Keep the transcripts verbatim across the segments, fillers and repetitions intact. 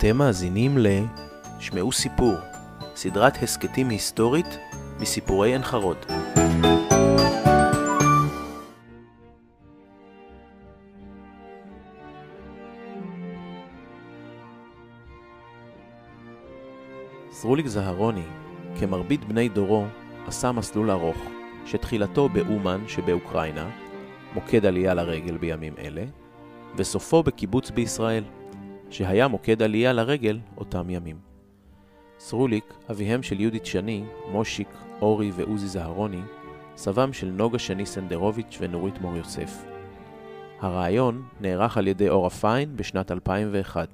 אתם מאזינים לשמעו סיפור, סדרת הסקטים היסטורית מסיפורי עין חרוד. סרוליק זהרוני, כמרבית בני דורו, עשה מסלול ארוך, שתחילתו באומן שבאוקראינה, מוקד עלייה לרגל בימים אלה, וסופו בקיבוץ בישראל, שהיה מוקד עלייה לרגל אותם ימים. סרוליק, אביהם של יהודית שני, מושיק, אורי ועוזי זהרוני, סבם של נוגה שני סנדרוביץ' ונורית מור יוסף. הרעיון נערך על ידי אורה פיין בשנת אלפיים ואחת.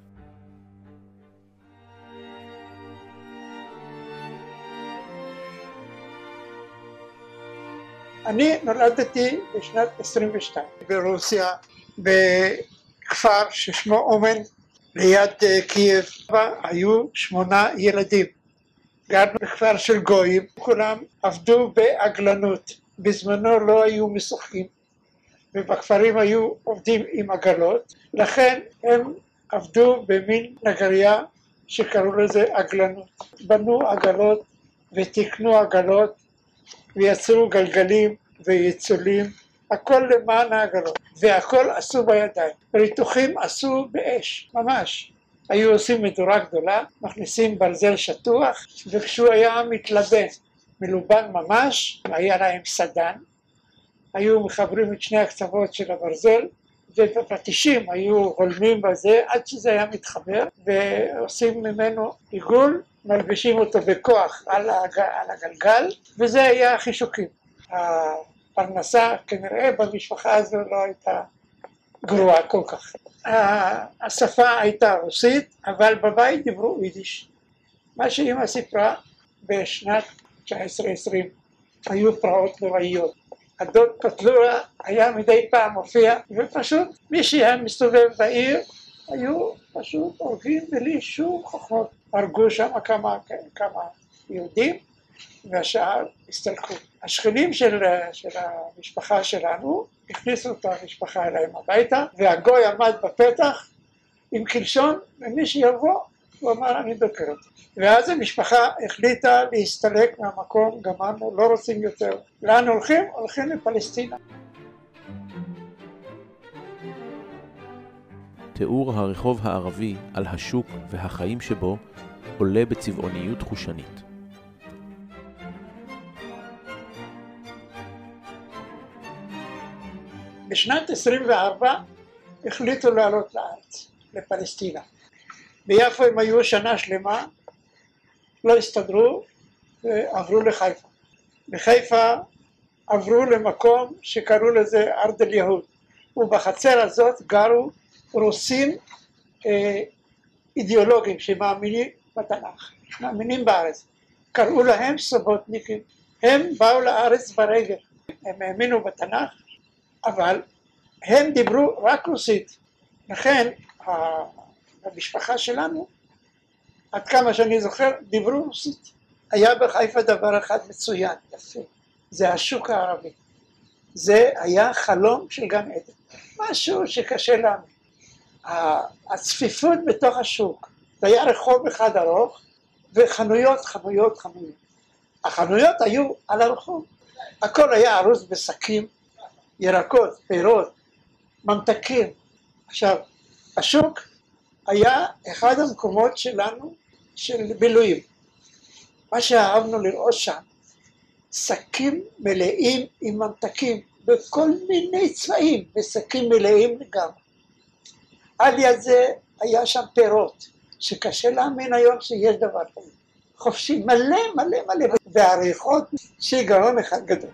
אני נולדתי בשנת עשרים ושתיים ברוסיה, בכפר ששמו אומן ליד קייב. היו שמונה ילדים, גרנו בכפר של גויים, כולם עבדו בעגלנות. בזמנו לא היו משוחקים ובכפרים היו עובדים עם עגלות, לכן הם עבדו במין נגריה שקראו לזה עגלנות. בנו עגלות ותקנו עגלות ויצרו גלגלים ויצולים, הכל למען העגלות, והכל עשו בידיים. ריתוחים עשו באש, ממש. היו עושים מדורה גדולה, מכניסים ברזל שטוח, וכשהוא היה מתלבן, מלובן ממש, היה להם סדן, היו מחברים את שני הקצוות של הברזל, ובפטישים היו הולמים בזה עד שזה היה מתחבר, ועושים ממנו עיגול, מלבישים אותו בכוח על, הג... על הגלגל, וזה היה חישוקים. הפרנסה כנראה במשפחה הזו לא הייתה גרועה כל כך. השפה הייתה רוסית, אבל בבית דיברו יידיש. מה שאמא סיפרה, בשנת תשע עשרה עשרים היו פרעות נוראיות. הדוד פטלורה היה מדי פעם מופיע, ופשוט מי שהיה מסתובב בעיר היו פשוט הורגים בלי שום חוכמות. הרגו שם כמה, כמה יהודים והשאר הסתלקו. השכנים של, של המשפחה שלנו הכניסו את המשפחה אליהם הביתה, והגוי עמד בפתח עם קלשון, ומי שיבוא הוא אמר אני דוקר אותו. ואז המשפחה החליטה להסתלק מהמקום, גמרנו, לא רוצים יותר. לאן הולכים? הולכים לפלסטינה. תיאור הרחוב הערבי על השוק והחיים שבו עולה בצבעוניות חושנית. בשנת עשרים וארבע החליטו לעלות לארץ, לפלסטינה. ביפו הם היו שנה שלמה, לא הסתדרו ועברו לחיפה. בחיפה עברו למקום שקראו לזה ארד אל יהוד, ובחצר הזאת גרו רוסים אה, אידיאולוגים שמאמינים בתנ"ך, מאמינים בארץ. קראו להם סובוטניקים. הם באו לארץ ברגל, הם האמינו בתנ"ך, אבל הם דיברו רק רוסית. לכן המשפחה שלנו, עד כמה שאני זוכר, דיברו רוסית. היה בחיפה דבר אחד מצוין, יפה, זה השוק הערבי. זה היה חלום של גן עדן, משהו שקשה לנו. הצפיפות בתוך השוק, זה היה רחוב אחד ארוך, וחנויות, חנויות, חנויות. החנויות היו על הרחוב, הכל היה ארוז בשקים, ירקות, פירות, ממתקים. עכשיו, השוק היה אחד המקומות שלנו של בילויים. מה שאהבנו לראות שם, שקים מלאים עם ממתקים, בכל מיני צבעים, ושקים מלאים לגמרי. על יד זה היה שם פירות, שקשה להאמין היום שיש דבר כזה. חופשי, מלא מלא מלא, והריחות שיגרון אחד גדול.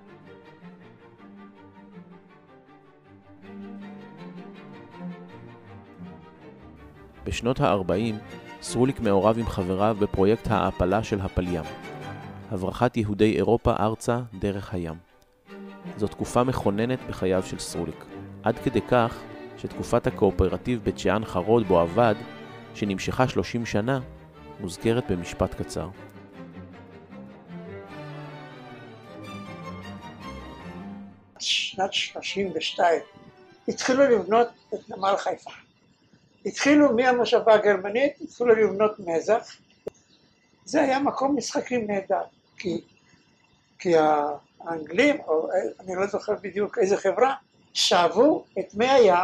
בשנות ה-ארבעים סרוליק מעורב עם חבריו בפרויקט ההעפלה של הפלים, הברחת יהודי אירופה ארצה דרך הים. זו תקופה מכוננת בחייו של סרוליק, עד כדי כך שתקופת הקואופרטיב בית שאן חרוד בו עבד, שנמשכה שלושים שנה, מוזכרת במשפט קצר. שנת שלושים ושתיים התחילו לבנות את נמל חיפה. התחילו מהמושבה הגרמנית, התחילו לבנות מזח. זה היה מקום משחקים נהדר, כי, כי האנגלים, או אני לא זוכר בדיוק איזה חברה, שאבו את מי הים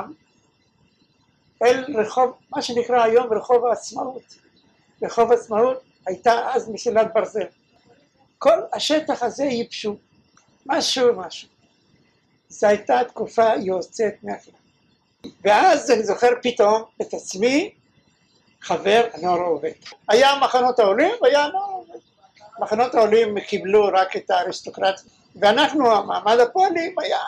אל רחוב, מה שנקרא היום רחוב העצמאות. רחוב העצמאות הייתה אז מסילת ברזל. כל השטח הזה ייבשו, משהו משהו. זו הייתה תקופה יוצאת מהכלל. ואז אני זוכר פתאום את עצמי חבר הנוער העובד. היה מחנות העולים והיה הנוער העובד. מחנות העולים קיבלו רק את האריסטוקרטיה, ואנחנו המעמד הפועלים היה,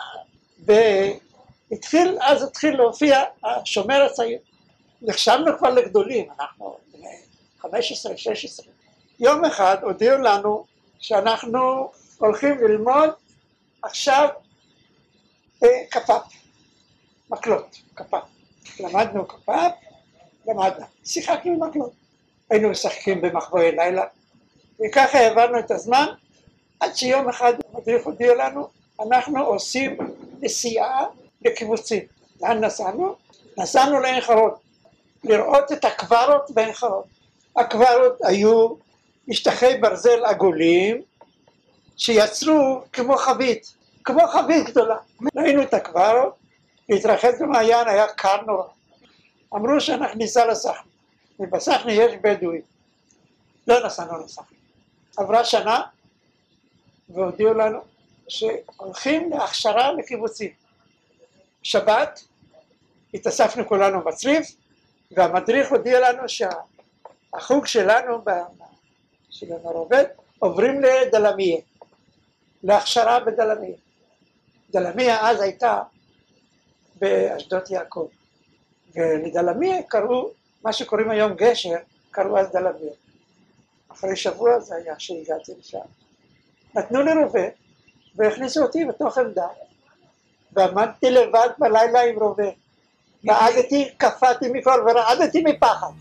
והתחיל, אז התחיל להופיע השומר הצעיר. נחשבנו כבר לגדולים, אנחנו בני חמש עשרה שש עשרה. יום אחד הודיעו לנו שאנחנו הולכים ללמוד עכשיו כפ"פ, מקלות, כפ"פ. למדנו כפ"פ, למדנו, שיחקנו עם מקלות. היינו משחקים במחבואי לילה, וככה העברנו את הזמן, עד שיום אחד המדריך הודיע לנו, אנחנו עושים נסיעה לקיבוצים. לאן נסענו? נסענו לעין חרוד, לראות את הקברות בעין חרוד. הקברות היו משטחי ברזל עגולים, שיצרו כמו חבית, כמו חבית גדולה. ראינו את הקברות, להתרחץ במעיין היה קר נורא. אמרו שאנחנו ניסע לסחנה, ובסחנה יש בדואים. לא נסענו לסחנה. עברה שנה, והודיעו לנו שהולכים להכשרה לקיבוצים. שבת, התאספנו כולנו בצריף, והמדריך הודיע לנו שהחוג שלנו, של הנוער העובד, עוברים לדלמיה, להכשרה בדלמיה. דלמיה אז הייתה באשדות יעקב, ולדלמיה קראו, מה שקוראים היום גשר, קראו אז דלמיה. אחרי שבוע זה היה שהגעתי לשם. נתנו לי רובה, והכניסו אותי בתוך עמדה, ועמדתי לבד בלילה עם רובה. רעדתי, קפאתי מכל ורעדתי מפחד.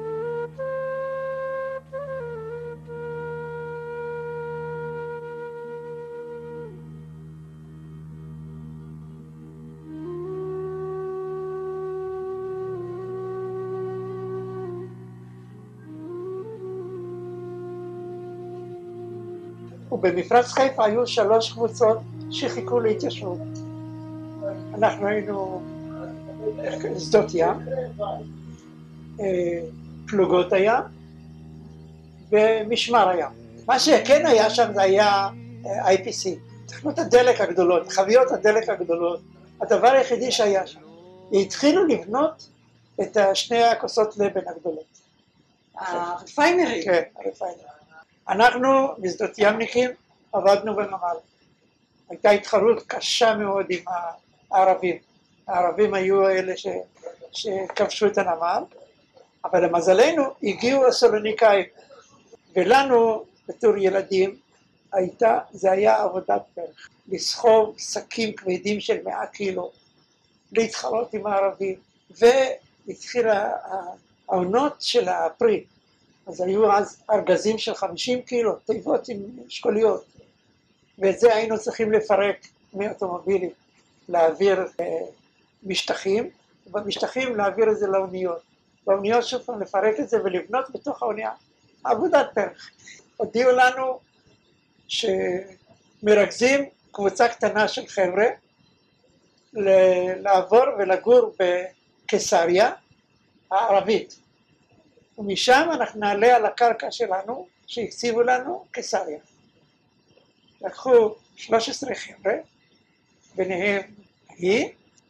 ובמפרץ חיפה היו שלוש קבוצות שחיכו להתיישבות. אנחנו היינו שדות ים, פלוגות הים ומשמר הים. מה שכן היה שם זה היה איי פי סי, תחנות הדלק הגדולות, חביות הדלק הגדולות, הדבר היחידי שהיה שם. התחילו לבנות את שני הכוסות לבן הגדולות. הרפיינרי. כן, הרפיינרי. אנחנו בשדות ימניקים עבדנו בנמל. הייתה התחרות קשה מאוד עם הערבים. הערבים היו אלה ש... שכבשו את הנמל, אבל למזלנו הגיעו הסלוניקאים, ולנו בתור ילדים הייתה, זה היה עבודת פרח. לסחוב שקים כבדים של מאה קילו, להתחרות עם הערבים, והתחילה העונות של הפרי. אז היו אז ארגזים של חמישים קילו, תיבות עם שקוליות, ואת זה היינו צריכים לפרק מאוטומובילים, להעביר אה, משטחים, ובמשטחים להעביר את זה לאוניות. באוניות שוב פעם לפרק את זה ולבנות בתוך האונייה. עבודת פרח. הודיעו לנו שמרכזים קבוצה קטנה של חבר'ה, לעבור ולגור בקיסריה הערבית. ומשם אנחנו נעלה על הקרקע שלנו, שהקציבו לנו קיסריה. לקחו שלוש עשרה חבר'ה, ביניהם היא,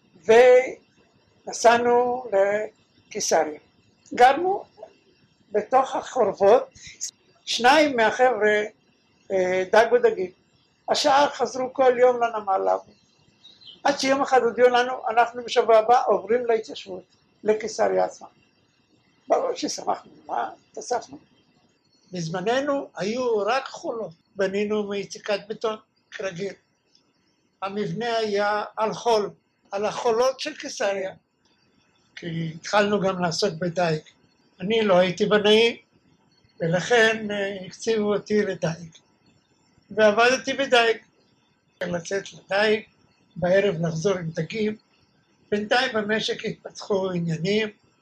ונסענו לקיסריה. גרנו בתוך החורבות, שניים מהחבר'ה דגו דגים. השאר חזרו כל יום לנמל לעבוד. עד שיום אחד הודיעו לנו, אנחנו בשבוע הבא עוברים להתיישבות, לקיסריה עצמה. ברור ששמחנו, מה? תספנו. בזמננו היו רק חולות, בנינו מיציקת בטון כרגיל. המבנה היה על חול, על החולות של קיסריה. כי התחלנו גם לעסוק בדייג. אני לא הייתי בנאי, ולכן הקציבו אותי לדייג. ועבדתי בדייג. לצאת לדייג, בערב לחזור עם דגים. בינתיים במשק התפתחו עניינים,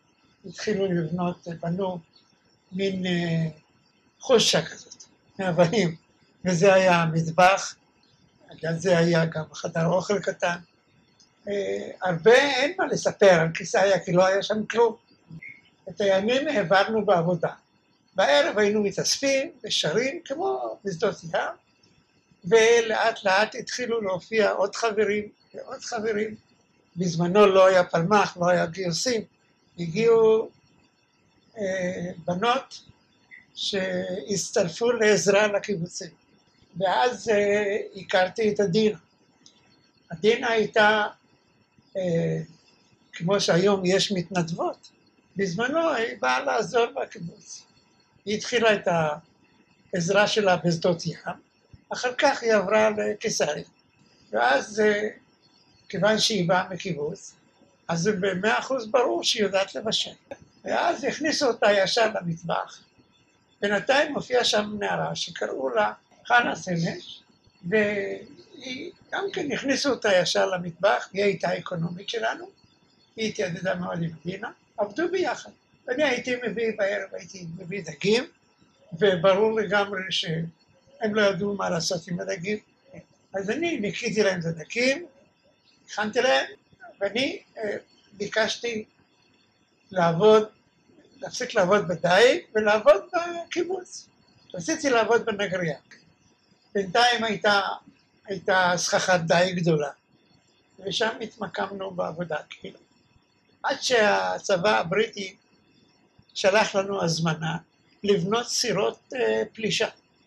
התחילו לבנות, בנו מין אה, חושה כזאת, מאבנים, וזה היה המטבח, על זה היה גם חדר אוכל קטן. אה, הרבה אין מה לספר על קיסריה, כי לא היה שם כלום. את הימים העברנו בעבודה. בערב היינו מתאספים ושרים כמו בשדות ים, ולאט לאט התחילו להופיע עוד חברים ועוד חברים. בזמנו לא היה פלמ"ח, לא היה גיוסים, הגיעו אה, בנות שהצטרפו לעזרה לקיבוצים. ואז אה, הכרתי את עדינה. עדינה הייתה, אה, כמו שהיום יש מתנדבות, בזמנו היא באה לעזור בקיבוץ. היא התחילה את העזרה שלה בשדות ים, אחר כך היא עברה לקיסריה. ואז, אה, כיוון שהיא באה מקיבוץ, אז זה במאה אחוז ברור שהיא יודעת לבשל. ואז הכניסו אותה ישר למטבח. בינתיים הופיעה שם נערה שקראו לה חנה סנש, והיא גם כן הכניסו אותה ישר למטבח, היא הייתה אקונומית שלנו, היא התיידדה מאוד עם עדינה, עבדו ביחד. ואני הייתי מביא בערב, הייתי מביא דגים, וברור לגמרי שהם לא ידעו מה לעשות עם הדגים. אז אני ניקיתי להם את הדגים, הכנתי להם, ואני אה, ביקשתי לעבוד, להפסיק לעבוד בדייג ולעבוד בקיבוץ. רציתי לעבוד בנגריה. בינתיים הייתה, הייתה סככת דייג גדולה, ושם התמקמנו בעבודה כאילו. עד שהצבא הבריטי שלח לנו הזמנה לבנות סירות אה, פלישה.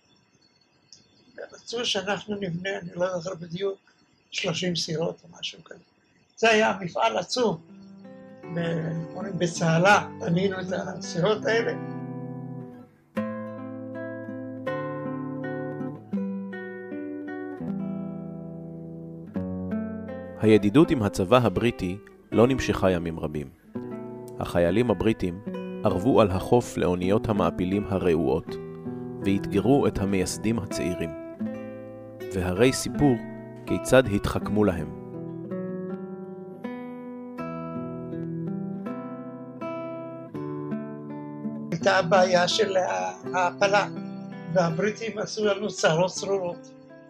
ורצו שאנחנו נבנה, אני לא זוכר בדיוק, שלושים סירות או משהו כזה. זה היה מפעל עצום. בצהלה בנינו את הסירות האלה. הידידות עם הצבא הבריטי לא נמשכה ימים רבים. החיילים הבריטים ערבו על החוף לאוניות המעפילים הרעועות, והתגרו את המייסדים הצעירים. והרי סיפור כיצד התחכמו להם. הייתה הבעיה של ההפלה, והבריטים עשו לנו צרות צרורות.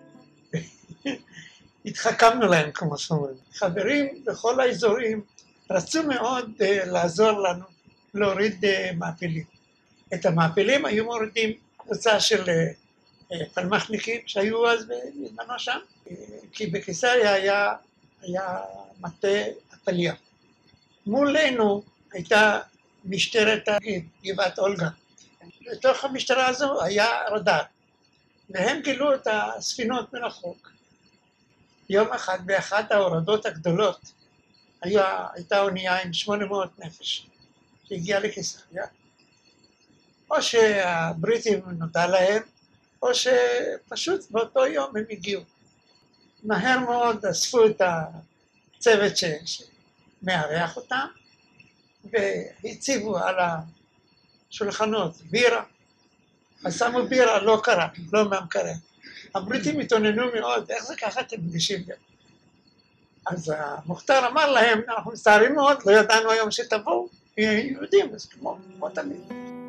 התחכמנו להם, כמו שאומרים. חברים בכל האזורים רצו מאוד uh, לעזור לנו להוריד uh, מעפילים. את המעפילים היו מורידים קבוצה של uh, uh, פלמ"חניקים שהיו אז בזמנו שם, uh, כי בקיסריה היה, היה מטה הפליה. מולנו הייתה משטרת גבעת אולגה. בתוך המשטרה הזו היה רדאר, והם גילו את הספינות מרחוק. יום אחד באחת ההורדות הגדולות היה, הייתה אונייה עם שמונה מאות נפש שהגיעה לקיסריה. או שהבריטים נודע להם, או שפשוט באותו יום הם הגיעו. מהר מאוד אספו את הצוות שמארח אותם, והציבו על השולחנות בירה. אז שמו בירה, לא קרה, לא מהמקרר. הבריטים התעוננו מאוד, איך זה ככה אתם מגישים גם? אז המוכתר אמר להם, אנחנו מצטערים מאוד, לא ידענו היום שתבואו, יהודים, אז כמו, כמו תמיד.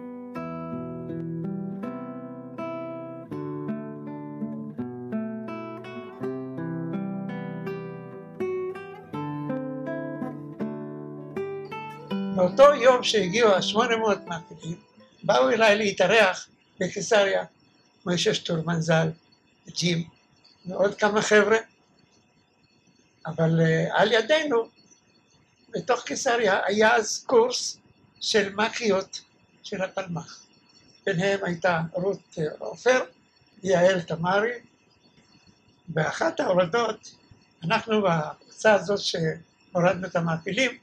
באותו יום שהגיעו ה-שמונה מאות מעפילים, באו אליי להתארח בקיסריה, מוישה שטורמן ז"ל, ג'ים, ועוד כמה חבר'ה, אבל uh, על ידינו, בתוך קיסריה, היה אז קורס של מקיות של הפלמ"ח. ביניהם הייתה רות עופר, יעל תמרי, באחת ההורדות, אנחנו בקבוצה הזאת שהורדנו את המעפילים,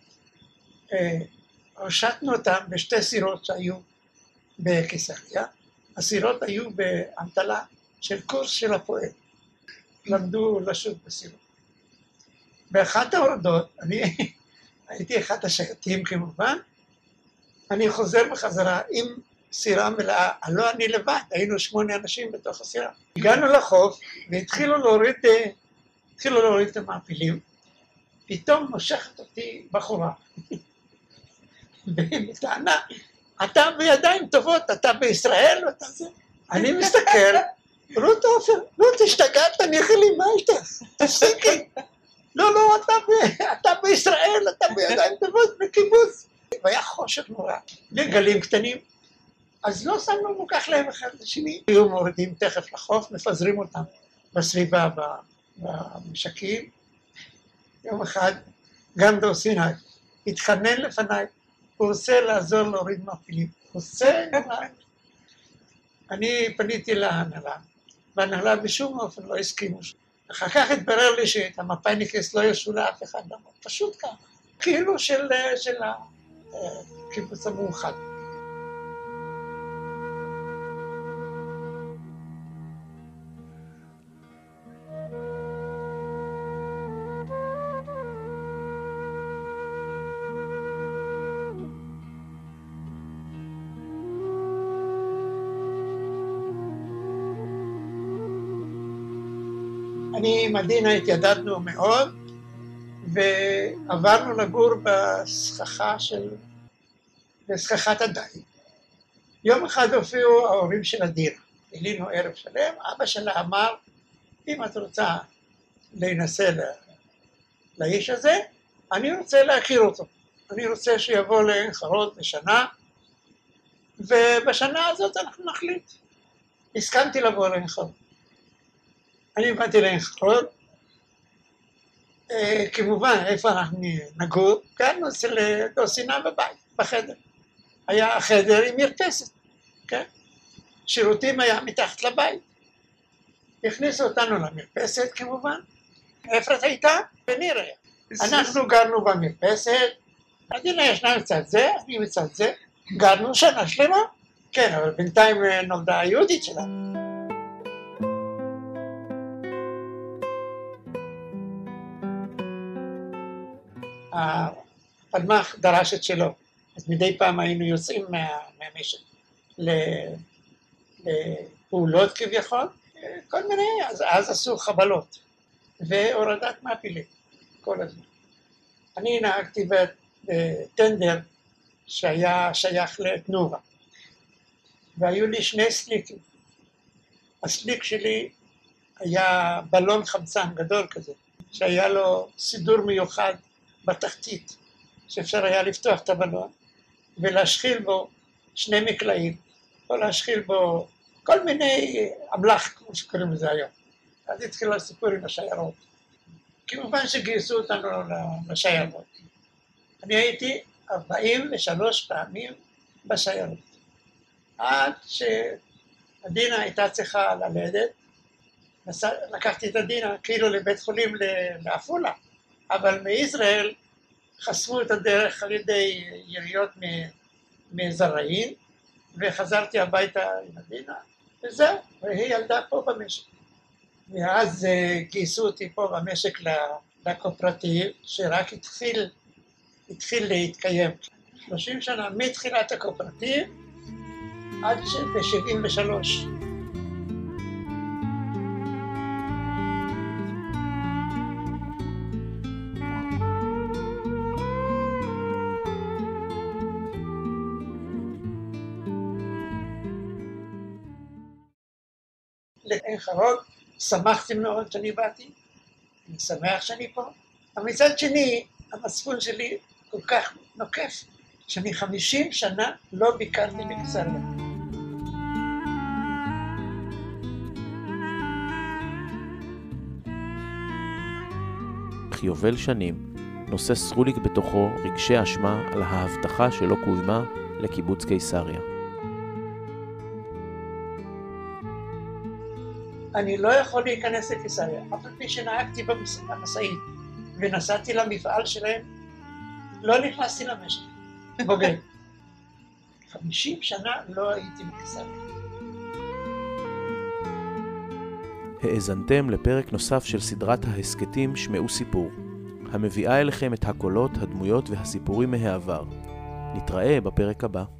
הושטנו אותם בשתי סירות שהיו בקיסריה. הסירות היו באמתלה של קורס של הפועל. למדו לשוט בסירות. באחת ההורדות, אני הייתי אחד השייטים כמובן, אני חוזר בחזרה עם סירה מלאה, לא אני לבד, היינו שמונה אנשים בתוך הסירה. הגענו לחוף והתחילו להוריד, התחילו להוריד את המעפילים, פתאום מושכת אותי בחורה. בטענה, אתה בידיים טובות, אתה בישראל, אתה זה. אני מסתכל, רות עופר, רות השתגעת, אני אגיד לי, מה איתך? תפסיקי. לא, לא, אתה, ב, אתה בישראל, אתה בידיים טובות, בקיבוץ. והיה חושך נורא, לגלים קטנים. אז לא שמנו מוכח להם אחד לשני. היו מורידים תכף לחוף, מפזרים אותם בסביבה, במשקים. יום אחד, גנדו סיני, התחנן לפניי, הוא רוצה לעזור להוריד מעפילים. הוא עושה נורא. אני פניתי להנהלה, וההנהלה בשום אופן לא הסכימו. אחר כך התברר לי שאת המפאיניקס לא ישו לאף אחד, פשוט ככה, כאילו של, של הקיבוץ המאוחד. אני עם עדינה התיידדנו מאוד, ועברנו לגור בסככה של, בסככת הדייג. יום אחד הופיעו ההורים של עדינה, בילינו ערב שלם, אבא שלה אמר, אם את רוצה להינשא לאיש הזה, אני רוצה להכיר אותו. אני רוצה שיבוא לעין חרוד בשנה, ובשנה הזאת אנחנו נחליט. הסכמתי לבוא לעין חרוד. אני באתי לעין חרוד, אה, כמובן איפה אנחנו נגור, גרנו אצל דוסינה בבית, בחדר. היה חדר עם מרפסת, כן? שירותים היה מתחת לבית. הכניסו אותנו למרפסת כמובן, אפרת הייתה וניר היה. אנחנו גרנו במרפסת, עדינה ישנה מצד זה, אני מצד זה, גרנו שנה שלמה, כן, אבל בינתיים נולדה היהודית שלנו. הפלמ"ח דרש את שלו, אז מדי פעם היינו יוצאים מה, מהמשק לפעולות כביכול, כל מיני, אז, אז עשו חבלות והורדת מעפילים כל הזמן. אני נהגתי בטנדר שהיה שייך לתנובה, והיו לי שני סליקים. הסליק שלי היה בלון חמצן גדול כזה, שהיה לו סידור מיוחד בתחתית, שאפשר היה לפתוח את הבלון ולהשחיל בו שני מקלעים, או להשחיל בו כל מיני אמל"ח, כמו שקוראים לזה היום. אז התחילו הסיפור עם השיירות. כמובן שגייסו אותנו לשיירות. אני הייתי ארבעים ושלוש פעמים בשיירות. עד שעדינה הייתה צריכה ללדת, לקחתי את עדינה כאילו לבית חולים לעפולה, אבל מישראל חסמו את הדרך על ידי יריות מזרעין, וחזרתי הביתה עם עדינה, וזהו, והיא ילדה פה במשק. ואז גייסו אותי פה במשק לקואופרטיב, שרק התחיל, התחיל להתקיים. שלושים שנה מתחילת הקואופרטיב, עד ב-שבעים ושלוש. לעין חרוד, שמחתי מאוד שאני באתי, אני שמח שאני פה, אבל מצד שני, המצפון שלי כל כך נוקף, שאני חמישים שנה לא ביקרתי בקיסריה. אך יובל שנים נושא סרוליק בתוכו רגשי אשמה על ההבטחה שלא קוימה לקיבוץ קיסריה. אני לא יכול להיכנס לקיסריה, אף על פי שנהגתי במשאית ונסעתי למפעל שלהם, לא נכנסתי למשק, בוגד. חמישים שנה לא הייתי בקיסריה. האזנתם לפרק נוסף של סדרת ההסקטים שמעו סיפור, המביאה אליכם את הקולות, הדמויות והסיפורים מהעבר. נתראה בפרק הבא.